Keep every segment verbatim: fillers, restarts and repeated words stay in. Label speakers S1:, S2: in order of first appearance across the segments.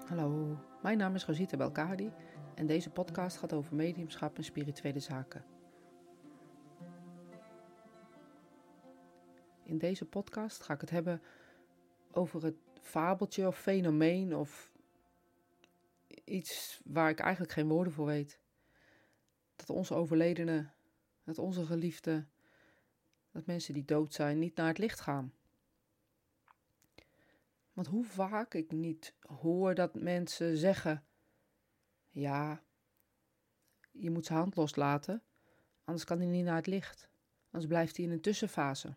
S1: Hallo, mijn naam is Rosita Belkadi en deze podcast gaat over mediumschap en spirituele zaken. In deze podcast ga ik het hebben over het fabeltje of fenomeen of iets waar ik eigenlijk geen woorden voor weet. Dat onze overledenen, dat onze geliefden, dat mensen die dood zijn niet naar het licht gaan. Want hoe vaak ik niet hoor dat mensen zeggen, ja, je moet zijn hand loslaten, anders kan hij niet naar het licht. Anders blijft hij in een tussenfase.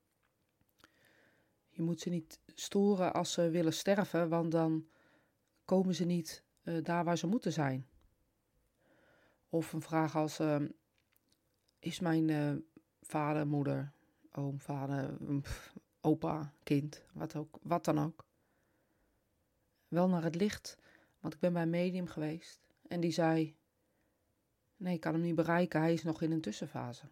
S1: Je moet ze niet storen als ze willen sterven, want dan komen ze niet uh, daar waar ze moeten zijn. Of een vraag als, uh, is mijn uh, vader, moeder, oom, vader, pff, opa, kind, wat, ook, wat dan ook. Wel naar het licht, want ik ben bij een medium geweest en die zei, nee, ik kan hem niet bereiken, hij is nog in een tussenfase.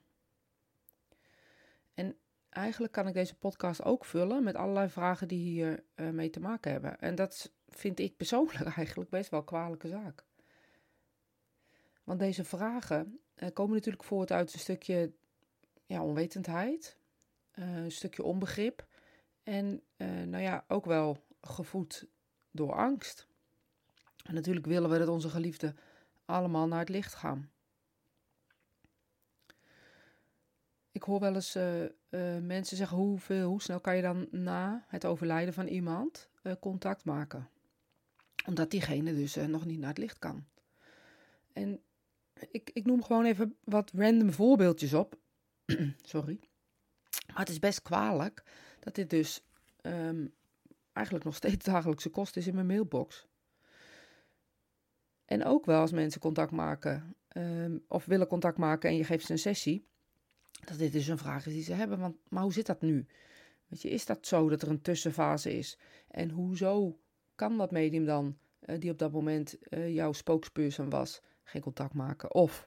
S1: En eigenlijk kan ik deze podcast ook vullen met allerlei vragen die hier uh, mee te maken hebben. En dat vind ik persoonlijk eigenlijk best wel een kwalijke zaak. Want deze vragen uh, komen natuurlijk voort uit een stukje ja, onwetendheid, uh, een stukje onbegrip en uh, nou ja, ook wel gevoed door angst. En natuurlijk willen we dat onze geliefden allemaal naar het licht gaan. Ik hoor wel eens uh, uh, mensen zeggen, hoeveel, hoe snel kan je dan na het overlijden van iemand uh, contact maken? Omdat diegene dus uh, nog niet naar het licht kan. En ik, ik noem gewoon even wat random voorbeeldjes op. Sorry. Maar het is best kwalijk dat dit dus um, eigenlijk nog steeds dagelijkse kost is in mijn mailbox. En ook wel als mensen contact maken um, of willen contact maken en je geeft ze een sessie, dat dit dus een vraag is die ze hebben. Want, maar hoe zit dat nu? Weet je, is dat zo dat er een tussenfase is? En hoezo kan dat medium dan, uh, die op dat moment uh, jouw spokesperson was, geen contact maken? Of,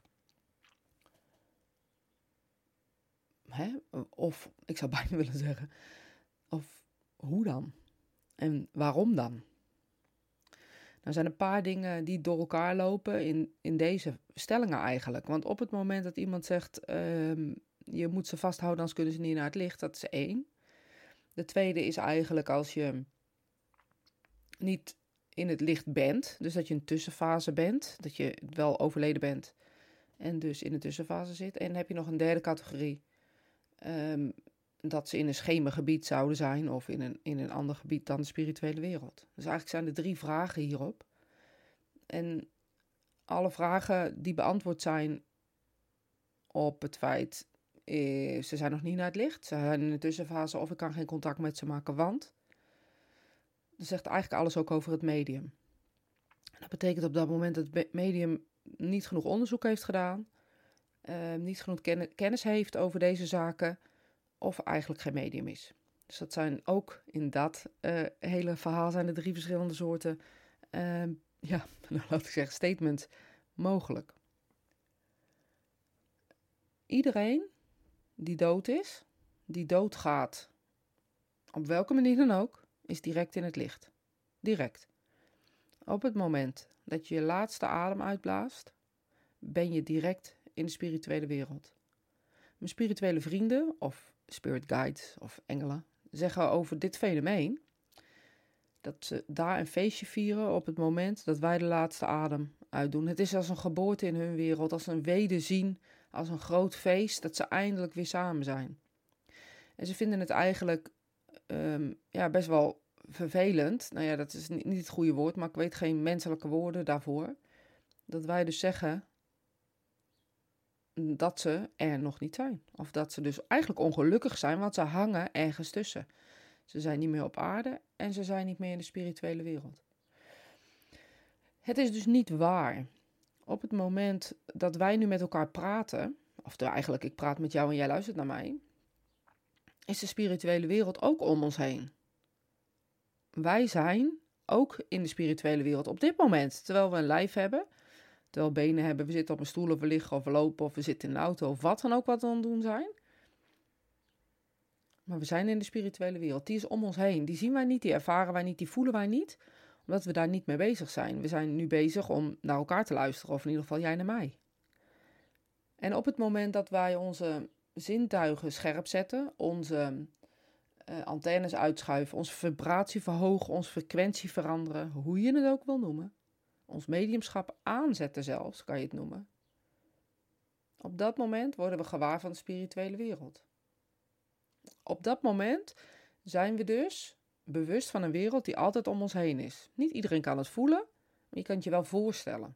S1: hè? Of, ik zou bijna willen zeggen, of hoe dan? En waarom dan? Nou, er zijn een paar dingen die door elkaar lopen in, in deze stellingen eigenlijk. Want op het moment dat iemand zegt, uh, je moet ze vasthouden, anders kunnen ze niet naar het licht, dat is één. De tweede is eigenlijk als je niet in het licht bent, dus dat je een tussenfase bent, dat je wel overleden bent en dus in een tussenfase zit. En dan heb je nog een derde categorie, um, dat ze in een schemergebied zouden zijn of in een, in een ander gebied dan de spirituele wereld. Dus eigenlijk zijn er drie vragen hierop. En alle vragen die beantwoord zijn op het feit, eh, ze zijn nog niet naar het licht, ze zijn in een tussenfase of ik kan geen contact met ze maken, want dat zegt eigenlijk alles ook over het medium. Dat betekent op dat moment dat het medium niet genoeg onderzoek heeft gedaan, uh, niet genoeg ken- kennis heeft over deze zaken, of eigenlijk geen medium is. Dus dat zijn ook in dat uh, hele verhaal zijn er drie verschillende soorten, uh, ja, nou laat ik zeggen, statements mogelijk. Iedereen die dood is, die doodgaat, op welke manier dan ook, is direct in het licht. Direct. Op het moment dat je je laatste adem uitblaast, ben je direct in de spirituele wereld. Mijn spirituele vrienden of spirit guides of engelen zeggen over dit fenomeen dat ze daar een feestje vieren op het moment dat wij de laatste adem uitdoen. Het is als een geboorte in hun wereld, als een wederzien, als een groot feest dat ze eindelijk weer samen zijn. En ze vinden het eigenlijk um, ja, best wel vervelend. Nou ja, dat is niet, niet het goede woord, maar ik weet geen menselijke woorden daarvoor. Dat wij dus zeggen dat ze er nog niet zijn. Of dat ze dus eigenlijk ongelukkig zijn, want ze hangen ergens tussen. Ze zijn niet meer op aarde en ze zijn niet meer in de spirituele wereld. Het is dus niet waar. Op het moment dat wij nu met elkaar praten, of eigenlijk ik praat met jou en jij luistert naar mij, is de spirituele wereld ook om ons heen. Wij zijn ook in de spirituele wereld op dit moment, terwijl we een lijf hebben, terwijl we benen hebben, we zitten op een stoel of we liggen of we lopen of we zitten in een auto of wat dan ook wat we aan het doen zijn. Maar we zijn in de spirituele wereld, die is om ons heen. Die zien wij niet, die ervaren wij niet, die voelen wij niet, Omdat we daar niet mee bezig zijn. We zijn nu bezig om naar elkaar te luisteren, of in ieder geval jij naar mij. En op het moment dat wij onze zintuigen scherp zetten, onze uh, antennes uitschuiven, onze vibratie verhogen, onze frequentie veranderen, hoe je het ook wil noemen, ons mediumschap aanzetten zelfs, kan je het noemen. Op dat moment worden we gewaar van de spirituele wereld. Op dat moment zijn we dus bewust van een wereld die altijd om ons heen is. Niet iedereen kan het voelen, maar je kan het je wel voorstellen.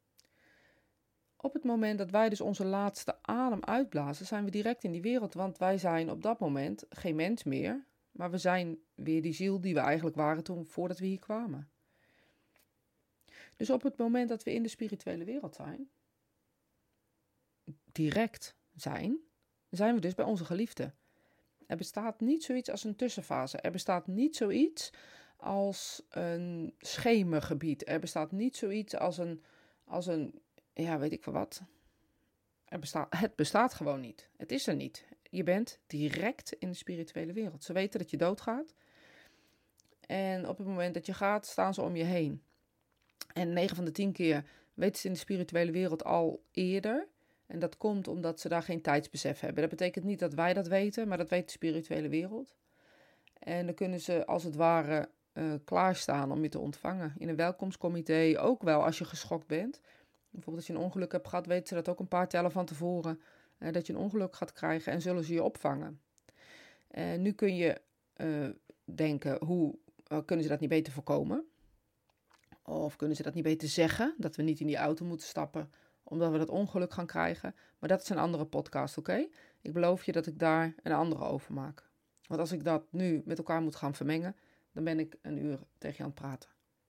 S1: Op het moment dat wij dus onze laatste adem uitblazen, zijn we direct in die wereld. Want wij zijn op dat moment geen mens meer, maar we zijn weer die ziel die we eigenlijk waren toen, voordat we hier kwamen. Dus op het moment dat we in de spirituele wereld zijn, direct zijn, zijn we dus bij onze geliefde. Er bestaat niet zoiets als een tussenfase. Er bestaat niet zoiets als een schemergebied. Er bestaat niet zoiets als een, als een ja, weet ik veel wat. Er bestaat, het bestaat gewoon niet. Het is er niet. Je bent direct in de spirituele wereld. Ze weten dat je doodgaat. En op het moment dat je gaat, staan ze om je heen. En negen van de tien keer weten ze in de spirituele wereld al eerder. En dat komt omdat ze daar geen tijdsbesef hebben. Dat betekent niet dat wij dat weten, maar dat weet de spirituele wereld. En dan kunnen ze als het ware uh, klaarstaan om je te ontvangen. In een welkomstcomité, ook wel als je geschokt bent. Bijvoorbeeld als je een ongeluk hebt gehad, weten ze dat ook een paar tellen van tevoren. Uh, dat je een ongeluk gaat krijgen en zullen ze je opvangen. En nu kun je uh, denken, hoe uh, kunnen ze dat niet beter voorkomen? Of kunnen ze dat niet beter zeggen? Dat we niet in die auto moeten stappen omdat we dat ongeluk gaan krijgen. Maar dat is een andere podcast, oké? Okay? Ik beloof je dat ik daar een andere over maak. Want als ik dat nu met elkaar moet gaan vermengen, dan ben ik een uur tegen je aan het praten.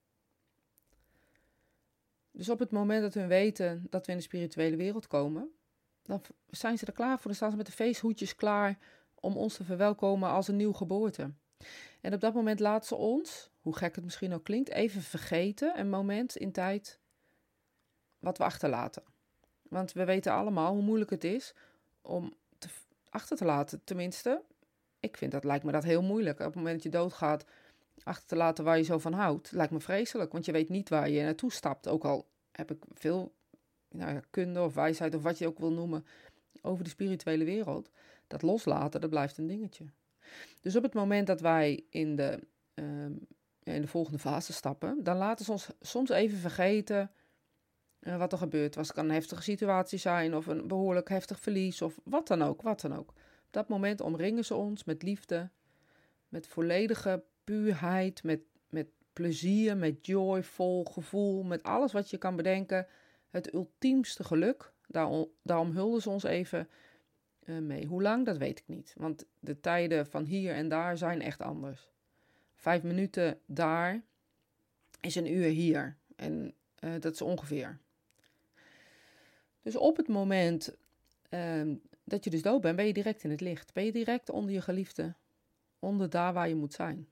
S1: Dus op het moment dat hun weten dat we in de spirituele wereld komen, dan zijn ze er klaar voor. Dan staan ze met de feesthoedjes klaar om ons te verwelkomen als een nieuwe geboorte. En op dat moment laten ze ons, hoe gek het misschien ook klinkt, even vergeten, een moment in tijd, wat we achterlaten. Want we weten allemaal hoe moeilijk het is om te, achter te laten. Tenminste, ik vind dat, lijkt me dat heel moeilijk. Op het moment dat je doodgaat, achter te laten waar je zo van houdt, lijkt me vreselijk. Want je weet niet waar je naartoe stapt. Ook al heb ik veel nou ja, kunde of wijsheid of wat je ook wil noemen over de spirituele wereld. Dat loslaten, dat blijft een dingetje. Dus op het moment dat wij in de, um, in de volgende fase stappen, dan laten ze ons soms even vergeten uh, wat er gebeurd was. Het kan een heftige situatie zijn of een behoorlijk heftig verlies of wat dan ook, wat dan ook. Op dat moment omringen ze ons met liefde, met volledige puurheid, met, met plezier, met joyvol gevoel, met alles wat je kan bedenken. Het ultiemste geluk, daar, daar omhullen ze ons even uh, mee. Hoe lang, dat weet ik niet, want de tijden van hier en daar zijn echt anders. Vijf minuten daar is een uur hier en uh, dat is ongeveer. Dus op het moment uh, dat je dus dood bent, ben je direct in het licht. Ben je direct onder je geliefde, onder daar waar je moet zijn.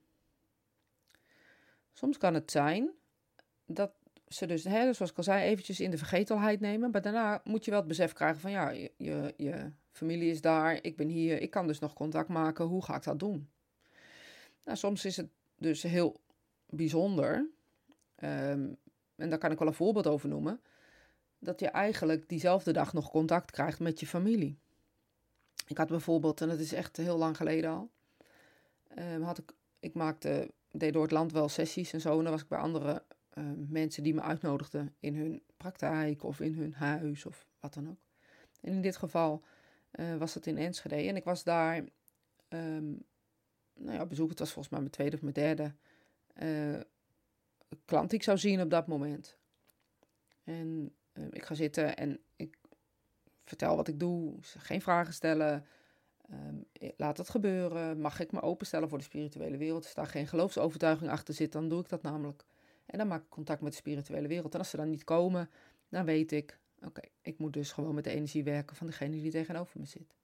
S1: Soms kan het zijn dat ze dus, hè, zoals ik al zei, eventjes in de vergetelheid nemen. Maar daarna moet je wel het besef krijgen van ja, je, je, je familie is daar, ik ben hier, ik kan dus nog contact maken. Hoe ga ik dat doen? Nou, soms is het dus heel bijzonder. Um, en daar kan ik wel een voorbeeld over noemen. Dat je eigenlijk diezelfde dag nog contact krijgt met je familie. Ik had bijvoorbeeld, en dat is echt heel lang geleden al, um, had ik, ik maakte, deed door het land wel sessies en zo. En dan was ik bij andere uh, mensen die me uitnodigden in hun praktijk of in hun huis of wat dan ook. En in dit geval uh, was het in Enschede. En ik was daar um, nou ja, bezoek. Het was volgens mij mijn tweede of mijn derde uh, klant die ik zou zien op dat moment. En uh, ik ga zitten en ik vertel wat ik doe. Geen vragen stellen. Um, laat het gebeuren. Mag ik me openstellen voor de spirituele wereld? Als daar geen geloofsovertuiging achter zit, dan doe ik dat namelijk. En dan maak ik contact met de spirituele wereld. En als ze dan niet komen, dan weet ik, oké, okay, ik moet dus gewoon met de energie werken van degene die tegenover me zit.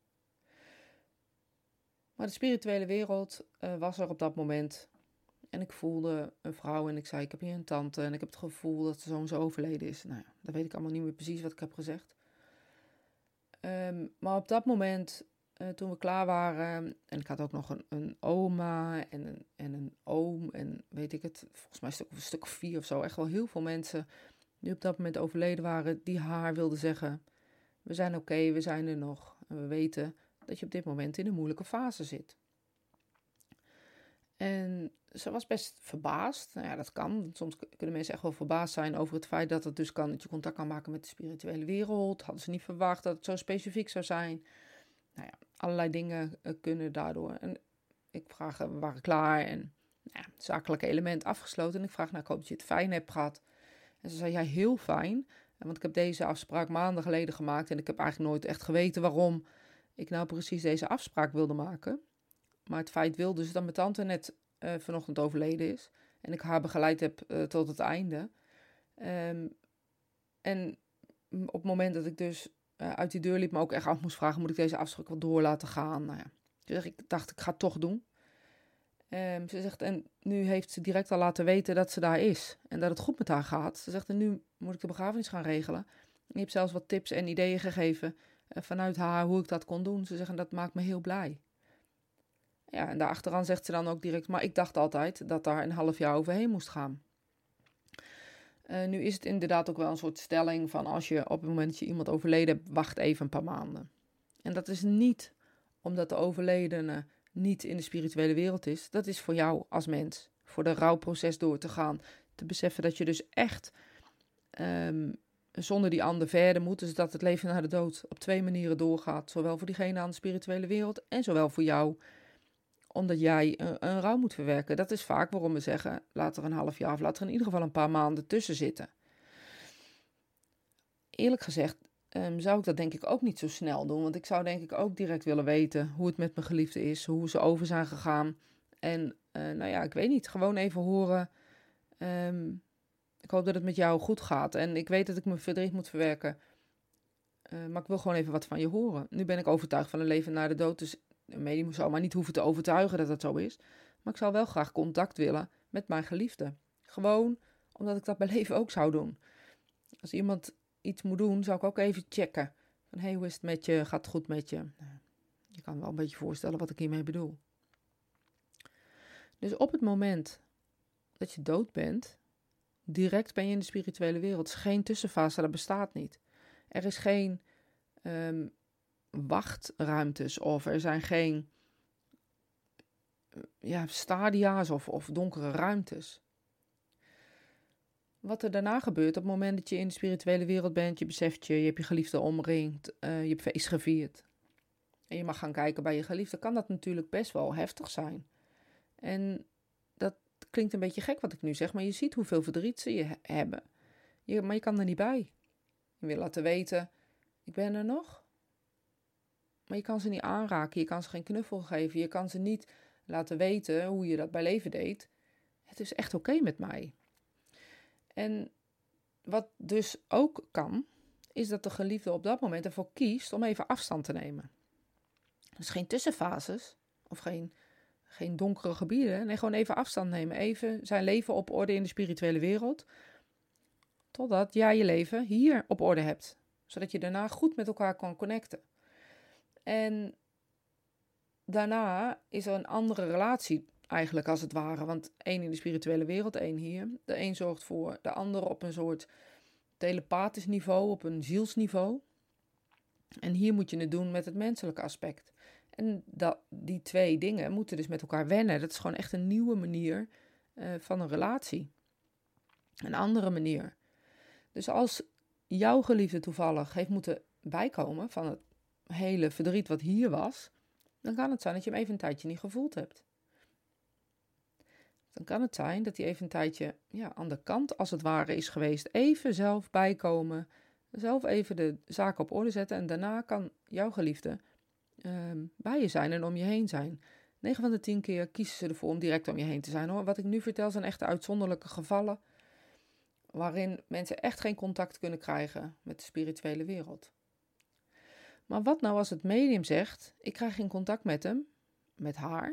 S1: Maar de spirituele wereld uh, was er op dat moment. En ik voelde een vrouw en ik zei, ik heb hier een tante en ik heb het gevoel dat ze zo en zo overleden is. Nou ja, dat weet ik allemaal niet meer precies wat ik heb gezegd. Um, maar op dat moment uh, toen we klaar waren. En ik had ook nog een, een oma en een, en een oom. En weet ik het, volgens mij een stuk, een stuk of vier of zo. Echt wel heel veel mensen die op dat moment overleden waren. Die haar wilden zeggen, we zijn oké, okay, we zijn er nog. En we weten dat je op dit moment in een moeilijke fase zit. En ze was best verbaasd. Nou ja, dat kan. Soms kunnen mensen echt wel verbaasd zijn over het feit dat het dus kan, dat je contact kan maken met de spirituele wereld. Hadden ze niet verwacht dat het zo specifiek zou zijn. Nou ja, allerlei dingen uh, kunnen daardoor. En ik vraag, uh, we waren klaar en nou ja, het zakelijke element afgesloten. En ik vraag, nou, ik hoop dat je het fijn hebt gehad. En ze zei, ja, heel fijn. Want ik heb deze afspraak maanden geleden gemaakt. En ik heb eigenlijk nooit echt geweten waarom ik nou precies deze afspraak wilde maken. Maar het feit wil dus dat mijn tante net uh, vanochtend overleden is. En ik haar begeleid heb uh, tot het einde. Um, en op het moment dat ik dus uh, uit die deur liep, me ook echt af moest vragen, moet ik deze afspraak wel door laten gaan? Nou ja, dus ik dacht, ik ga het toch doen. Um, ze zegt, en nu heeft ze direct al laten weten dat ze daar is. En dat het goed met haar gaat. Ze zegt, en nu moet ik de begrafenis gaan regelen. En je hebt zelfs wat tips en ideeën gegeven uh, vanuit haar hoe ik dat kon doen. Ze zeggen, dat maakt me heel blij. Ja, en daarachteraan zegt ze dan ook direct, maar ik dacht altijd dat daar een half jaar overheen moest gaan. Uh, nu is het inderdaad ook wel een soort stelling van als je op het moment dat je iemand overleden hebt, wacht even een paar maanden. En dat is niet omdat de overledene niet in de spirituele wereld is. Dat is voor jou als mens, voor de rouwproces door te gaan. Te beseffen dat je dus echt um, zonder die ander verder moet. Dus dat het leven na de dood op twee manieren doorgaat. Zowel voor diegene aan de spirituele wereld en zowel voor jou, omdat jij een, een rouw moet verwerken. Dat is vaak waarom we zeggen, laat er een half jaar of laat er in ieder geval een paar maanden tussen zitten. Eerlijk gezegd um, zou ik dat denk ik ook niet zo snel doen. Want ik zou denk ik ook direct willen weten hoe het met mijn geliefde is. Hoe ze over zijn gegaan. En uh, nou ja, ik weet niet. Gewoon even horen. Um, ik hoop dat het met jou goed gaat. En ik weet dat ik mijn verdriet moet verwerken. Uh, maar ik wil gewoon even wat van je horen. Nu ben ik overtuigd van een leven na de dood. Dus een medium zou maar niet hoeven te overtuigen dat het zo is. Maar ik zou wel graag contact willen met mijn geliefde. Gewoon omdat ik dat bij leven ook zou doen. Als iemand iets moet doen, zou ik ook even checken. Van, hey, hoe is het met je? Gaat het goed met je? Nou, je kan wel een beetje voorstellen wat ik hiermee bedoel. Dus op het moment dat je dood bent, direct ben je in de spirituele wereld. Er is geen tussenfase, dat bestaat niet. Er is geen um, wachtruimtes of er zijn geen ja, stadia's of, of donkere ruimtes. Wat er daarna gebeurt, op het moment dat je in de spirituele wereld bent, je beseft je, je hebt je geliefde omringd, uh, je hebt feest gevierd. En je mag gaan kijken bij je geliefde, kan dat natuurlijk best wel heftig zijn. En dat klinkt een beetje gek wat ik nu zeg, maar je ziet hoeveel verdriet ze je he- hebben. Je, maar je kan er niet bij. Je wil laten weten, ik ben er nog. Maar je kan ze niet aanraken, je kan ze geen knuffel geven, je kan ze niet laten weten hoe je dat bij leven deed. Het is echt oké met mij. En wat dus ook kan, is dat de geliefde op dat moment ervoor kiest om even afstand te nemen. Dus geen tussenfases of geen, geen donkere gebieden. Nee, gewoon even afstand nemen. Even zijn leven op orde in de spirituele wereld. Totdat jij je leven hier op orde hebt. Zodat je daarna goed met elkaar kan connecten. En daarna is er een andere relatie eigenlijk als het ware. Want één in de spirituele wereld, één hier. De een zorgt voor de ander op een soort telepathisch niveau, op een zielsniveau. En hier moet je het doen met het menselijke aspect. En dat, die twee dingen moeten dus met elkaar wennen. Dat is gewoon echt een nieuwe manier uh, van een relatie. Een andere manier. Dus als jouw geliefde toevallig heeft moeten bijkomen van het hele verdriet wat hier was, dan kan het zijn dat je hem even een tijdje niet gevoeld hebt. Dan kan het zijn dat hij even een tijdje ja, aan de kant als het ware is geweest. Even zelf bijkomen, zelf even de zaken op orde zetten en daarna kan jouw geliefde uh, bij je zijn en om je heen zijn. negen van de tien keer kiezen ze ervoor om direct om je heen te zijn, hoor. Wat ik nu vertel zijn echt uitzonderlijke gevallen waarin mensen echt geen contact kunnen krijgen met de spirituele wereld. Maar wat nou als het medium zegt, ik krijg geen contact met hem, met haar,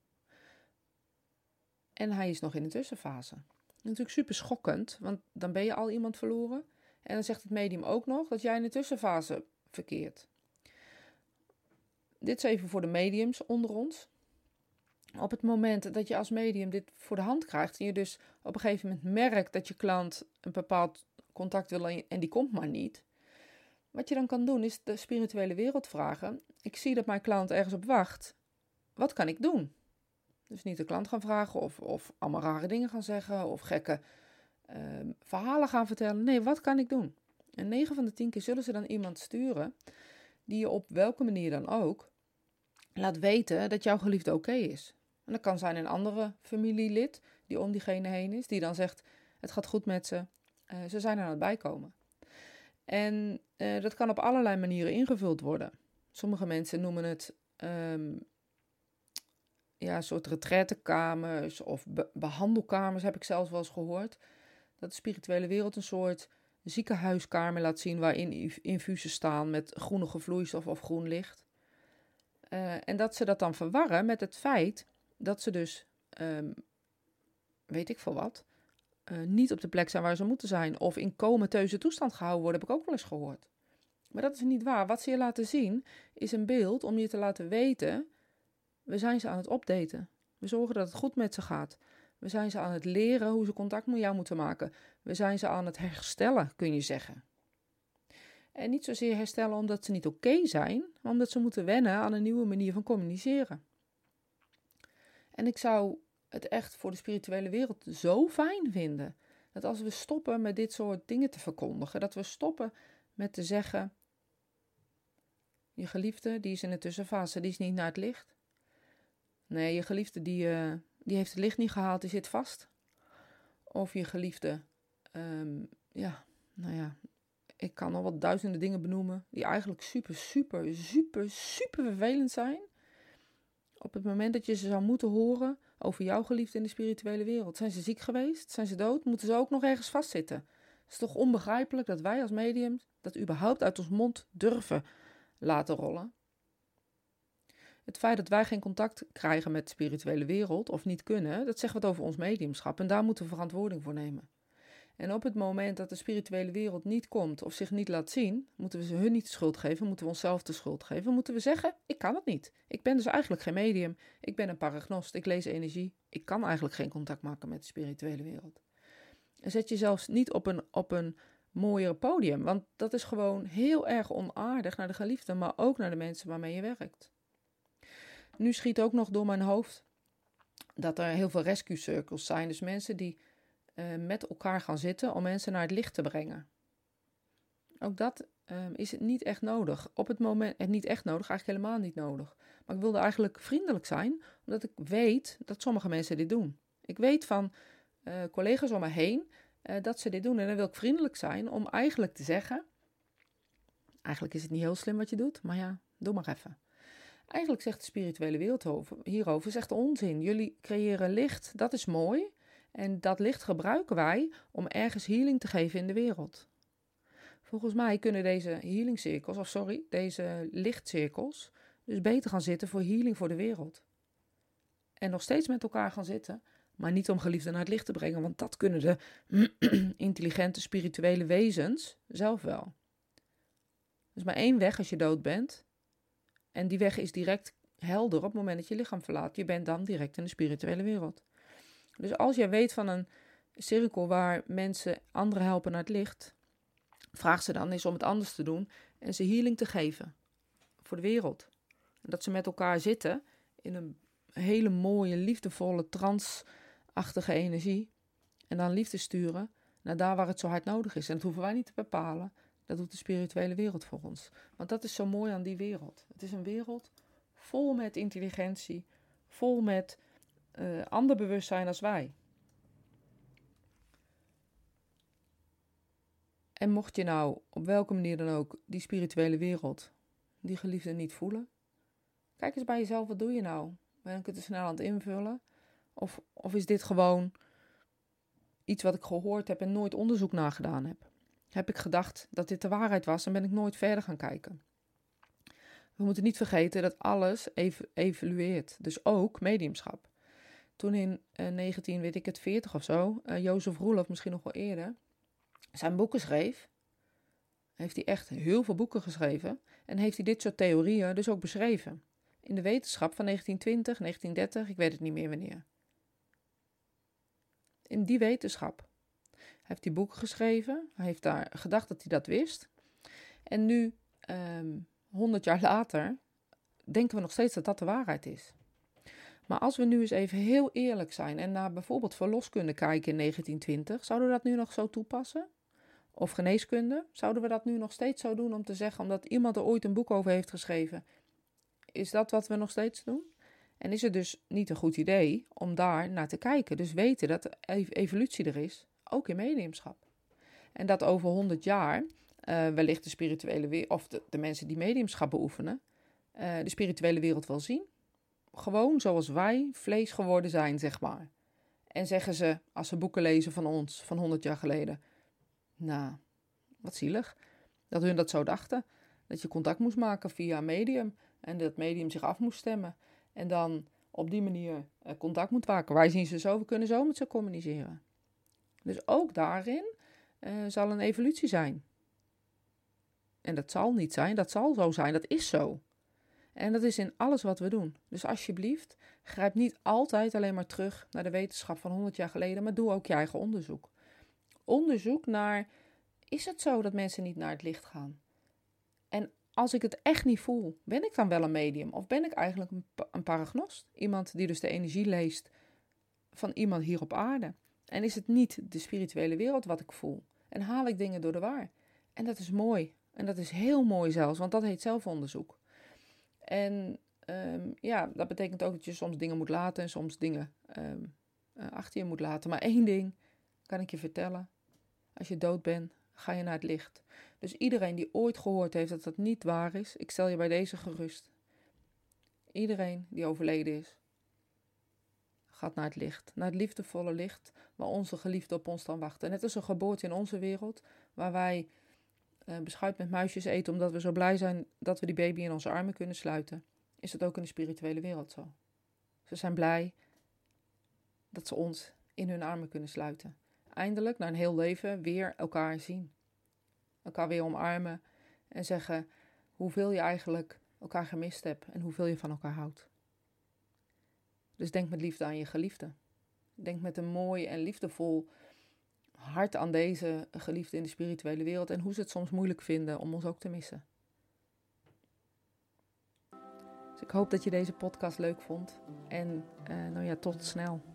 S1: en hij is nog in de tussenfase. Natuurlijk super schokkend, want dan ben je al iemand verloren. En dan zegt het medium ook nog dat jij in de tussenfase verkeert. dit is even voor de mediums onder ons. Op het moment dat je als medium dit voor de hand krijgt en je dus op een gegeven moment merkt dat je klant een bepaald contact wil en die komt maar niet. Wat je dan kan doen is de spirituele wereld vragen. Ik zie dat mijn klant ergens op wacht. Wat kan ik doen? Dus niet de klant gaan vragen of, of allemaal rare dingen gaan zeggen of gekke uh, verhalen gaan vertellen. Nee, wat kan ik doen? En negen van de tien keer zullen ze dan iemand sturen die je op welke manier dan ook laat weten dat jouw geliefde oké is. En dat kan zijn een andere familielid die om diegene heen is, die dan zegt, het gaat goed met ze, uh, ze zijn er aan het bijkomen. En uh, dat kan op allerlei manieren ingevuld worden. Sommige mensen noemen het um, ja, een soort retraitekamers of be- behandelkamers, heb ik zelfs wel eens gehoord. Dat de spirituele wereld een soort ziekenhuiskamer laat zien waarin infusen staan met groenige vloeistof of groen licht. Uh, en dat ze dat dan verwarren met het feit dat ze dus, um, weet ik veel wat, uh, niet op de plek zijn waar ze moeten zijn of in comateuze toestand gehouden worden, heb ik ook wel eens gehoord. Maar dat is niet waar. Wat ze je laten zien is een beeld om je te laten weten, we zijn ze aan het updaten. We zorgen dat het goed met ze gaat. We zijn ze aan het leren hoe ze contact met jou moeten maken. We zijn ze aan het herstellen, kun je zeggen. En niet zozeer herstellen omdat ze niet oké zijn, maar omdat ze moeten wennen aan een nieuwe manier van communiceren. En ik zou het echt voor de spirituele wereld zo fijn vinden, dat als we stoppen met dit soort dingen te verkondigen, dat we stoppen met te zeggen, je geliefde, die is in de tussenfase, die is niet naar het licht. Nee, je geliefde, die, uh, die heeft het licht niet gehaald, die zit vast. Of je geliefde, um, ja, nou ja, ik kan al wat duizenden dingen benoemen die eigenlijk super, super, super, super vervelend zijn. Op het moment dat je ze zou moeten horen over jouw geliefde in de spirituele wereld. Zijn ze ziek geweest? Zijn ze dood? Moeten ze ook nog ergens vastzitten? Het is toch onbegrijpelijk dat wij als mediums dat überhaupt uit ons mond durven laten rollen. Het feit dat wij geen contact krijgen met de spirituele wereld of niet kunnen, dat zegt wat over ons mediumschap en daar moeten we verantwoording voor nemen. En op het moment dat de spirituele wereld niet komt of zich niet laat zien, moeten we ze hun niet de schuld geven, moeten we onszelf de schuld geven. Moeten we zeggen, ik kan het niet. Ik ben dus eigenlijk geen medium. Ik ben een paragnost. Ik lees energie. Ik kan eigenlijk geen contact maken met de spirituele wereld. En zet jezelf niet op een, op een mooier podium, want dat is gewoon heel erg onaardig naar de geliefden, maar ook naar de mensen waarmee je werkt. Nu schiet ook nog door mijn hoofd dat er heel veel rescue circles zijn. Dus mensen die uh, met elkaar gaan zitten om mensen naar het licht te brengen. Ook dat uh, is het niet echt nodig. Op het moment, en niet echt nodig, eigenlijk helemaal niet nodig. Maar ik wilde eigenlijk vriendelijk zijn, omdat ik weet dat sommige mensen dit doen. Ik weet van uh, collega's om me heen uh, dat ze dit doen. En dan wil ik vriendelijk zijn om eigenlijk te zeggen, eigenlijk is het niet heel slim wat je doet, maar ja, doe maar even. Eigenlijk zegt de spirituele wereld hierover, zegt onzin. Jullie creëren licht, dat is mooi. En dat licht gebruiken wij om ergens healing te geven in de wereld. Volgens mij kunnen deze healingcirkels, of sorry, deze lichtcirkels, dus beter gaan zitten voor healing voor de wereld. En nog steeds met elkaar gaan zitten, maar niet om geliefden naar het licht te brengen, want dat kunnen de intelligente spirituele wezens zelf wel. Er is maar één weg als je dood bent. En die weg is direct helder op het moment dat je lichaam verlaat. Je bent dan direct in de spirituele wereld. Dus als jij weet van een cirkel waar mensen anderen helpen naar het licht, vraag ze dan eens om het anders te doen en ze healing te geven voor de wereld. En dat ze met elkaar zitten in een hele mooie, liefdevolle, transachtige energie en dan liefde sturen naar daar waar het zo hard nodig is. En dat hoeven wij niet te bepalen. Dat doet de spirituele wereld voor ons. Want dat is zo mooi aan die wereld. Het is een wereld vol met intelligentie, vol met uh, ander bewustzijn als wij. En mocht je nou op welke manier dan ook die spirituele wereld, die geliefde niet voelen, kijk eens bij jezelf, wat doe je nou? Ben ik het te snel aan het invullen? Of, of is dit gewoon iets wat ik gehoord heb en nooit onderzoek naar gedaan heb? Heb ik gedacht dat dit de waarheid was en ben ik nooit verder gaan kijken. We moeten niet vergeten dat alles ev- evolueert. Dus ook mediumschap. Toen in uh, negentien, weet ik het, veertig of zo, uh, Jozef Roelof, misschien nog wel eerder, zijn boeken schreef, heeft hij echt heel veel boeken geschreven en heeft hij dit soort theorieën dus ook beschreven. in de wetenschap van negentien twintig, negentien dertig, ik weet het niet meer wanneer. In die wetenschap. Hij heeft die boeken geschreven. Hij heeft daar gedacht dat hij dat wist. En nu, um, honderd jaar later, denken we nog steeds dat dat de waarheid is. Maar als we nu eens even heel eerlijk zijn en naar bijvoorbeeld verloskunde kijken in negentien twintig, zouden we dat nu nog zo toepassen? Of geneeskunde, zouden we dat nu nog steeds zo doen om te zeggen, omdat iemand er ooit een boek over heeft geschreven, is dat wat we nog steeds doen? En is het dus niet een goed idee om daar naar te kijken? Dus weten dat de evolutie er is, ook in mediumschap. En dat over honderd jaar uh, wellicht de spirituele wereld, of de, de mensen die mediumschap beoefenen, uh, de spirituele wereld wel zien. Gewoon zoals wij vlees geworden zijn, zeg maar. En zeggen ze, als ze boeken lezen van ons, van honderd jaar geleden, nou, wat zielig, dat hun dat zo dachten. Dat je contact moest maken via een medium en dat medium zich af moest stemmen. En dan op die manier uh, contact moet maken. Wij zien ze zo, we kunnen zo met ze communiceren. Dus ook daarin uh, zal een evolutie zijn. En dat zal niet zijn, dat zal zo zijn, dat is zo. En dat is in alles wat we doen. Dus alsjeblieft, grijp niet altijd alleen maar terug naar de wetenschap van honderd jaar geleden, maar doe ook je eigen onderzoek. Onderzoek naar, is het zo dat mensen niet naar het licht gaan? En als ik het echt niet voel, ben ik dan wel een medium? Of ben ik eigenlijk een, een paragnost? Iemand die dus de energie leest van iemand hier op aarde. En is het niet de spirituele wereld wat ik voel? En haal ik dingen door de war? En dat is mooi. En dat is heel mooi zelfs, want dat heet zelfonderzoek. En um, ja, dat betekent ook dat je soms dingen moet laten en soms dingen um, uh, achter je moet laten. Maar één ding kan ik je vertellen. Als je dood bent, ga je naar het licht. Dus iedereen die ooit gehoord heeft dat dat niet waar is, ik stel je bij deze gerust. Iedereen die overleden is, gaat naar het licht. Naar het liefdevolle licht waar onze geliefden op ons dan wachten. Net als een geboorte in onze wereld, waar wij uh, beschuit met muisjes eten omdat we zo blij zijn dat we die baby in onze armen kunnen sluiten, is het ook in de spirituele wereld zo. Ze zijn blij dat ze ons in hun armen kunnen sluiten. Eindelijk, na een heel leven, weer elkaar zien. Elkaar weer omarmen en zeggen hoeveel je eigenlijk elkaar gemist hebt en hoeveel je van elkaar houdt. Dus denk met liefde aan je geliefde. Denk met een mooi en liefdevol hart aan deze geliefde in de spirituele wereld en hoe ze het soms moeilijk vinden om ons ook te missen. Dus ik hoop dat je deze podcast leuk vond en uh, nou ja, tot snel.